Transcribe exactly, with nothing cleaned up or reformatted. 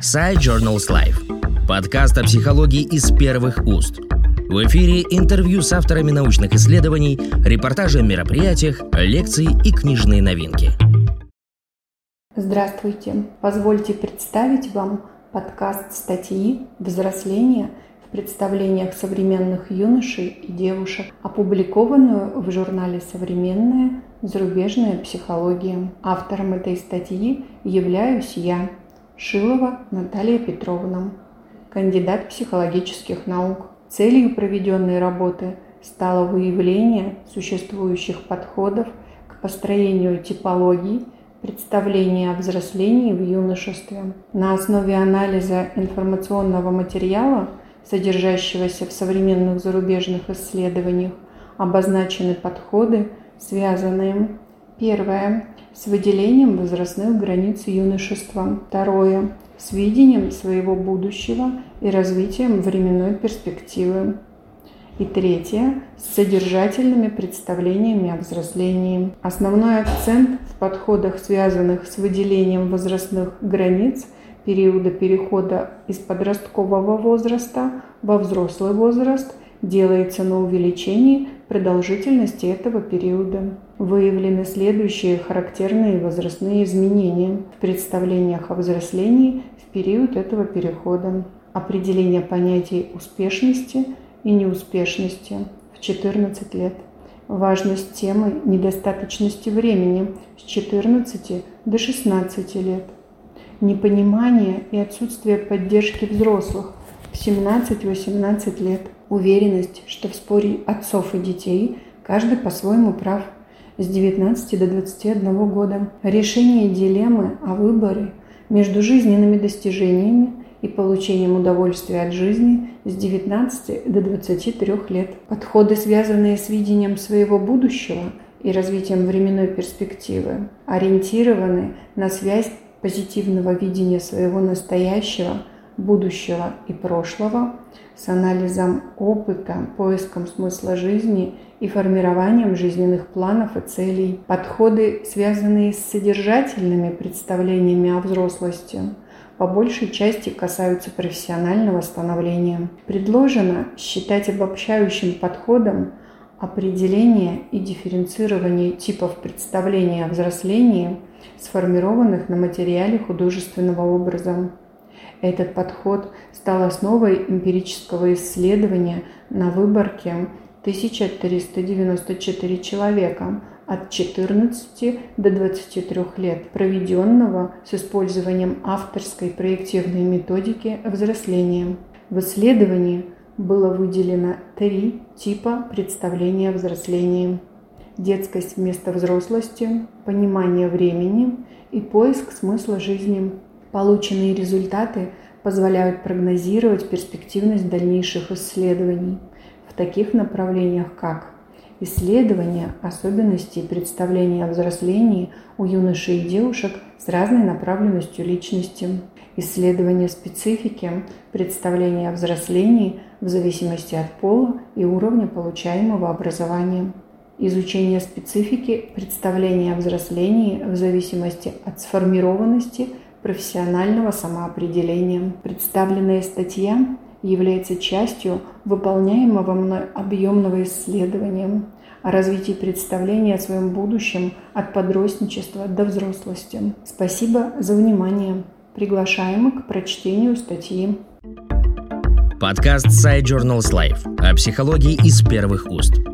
Sci Journals Life. Подкаст о психологии из первых уст. В эфире интервью с авторами научных исследований, репортажи о мероприятиях, лекции и книжные новинки. Здравствуйте! Позвольте представить вам подкаст статьи «Взросление» в представлениях современных юношей и девушек, опубликованную в журнале «Современная зарубежная психология». Автором этой статьи являюсь я, Шилова Наталья Петровна, кандидат психологических наук. Целью проведенной работы стало выявление существующих подходов к построению типологий, представления о взрослении в юношестве. На основе анализа информационного материала, содержащегося в современных зарубежных исследованиях, обозначены подходы, связанные: первое – с выделением возрастных границ юношества. Второе – с видением своего будущего и развитием временной перспективы. И третье – с содержательными представлениями о взрослении. Основной акцент в подходах, связанных с выделением возрастных границ периода перехода из подросткового возраста во взрослый возраст, делается на увеличении продолжительности этого периода. Выявлены следующие характерные возрастные изменения в представлениях о взрослении в период этого перехода. Определение понятий успешности и неуспешности в четырнадцать лет. Важность темы недостаточности времени с четырнадцати до шестнадцати лет. Непонимание и отсутствие поддержки взрослых в семнадцать-восемнадцать лет. Уверенность, что в споре отцов и детей каждый по-своему прав с девятнадцати до двадцати одного года. Решение дилеммы о выборе между жизненными достижениями и получением удовольствия от жизни с девятнадцати до двадцати трёх лет. Подходы, связанные с видением своего будущего и развитием временной перспективы, ориентированы на связь позитивного видения своего настоящего, будущего и прошлого с анализом опыта, поиском смысла жизни и формированием жизненных планов и целей. Подходы, связанные с содержательными представлениями о взрослости, по большей части касаются профессионального становления. Предложено считать обобщающим подходом определение и дифференцирование типов представления о взрослении, сформированных на материале художественного образа. Этот подход стал основой эмпирического исследования на выборке тысяча триста девяносто четыре человека от четырнадцати до двадцати трёх лет, проведенного с использованием авторской проективной методики взросления. В исследовании было выделено три типа представления о взрослении: детскость вместо взрослости, понимание времени и поиск смысла жизни. Полученные результаты позволяют прогнозировать перспективность дальнейших исследований в таких направлениях, как исследование особенностей представления о взрослении у юношей и девушек с разной направленностью личности, исследование специфики представления о взрослении в зависимости от пола и уровня получаемого образования, изучение специфики представления о взрослении в зависимости от сформированности профессионального самоопределения. Представленная статья является частью выполняемого мной объемного исследования о развитии представления о своем будущем от подростничества до взрослости. Спасибо за внимание. Приглашаем к прочтению статьи. Подкаст Sci Journals Life о психологии из первых уст.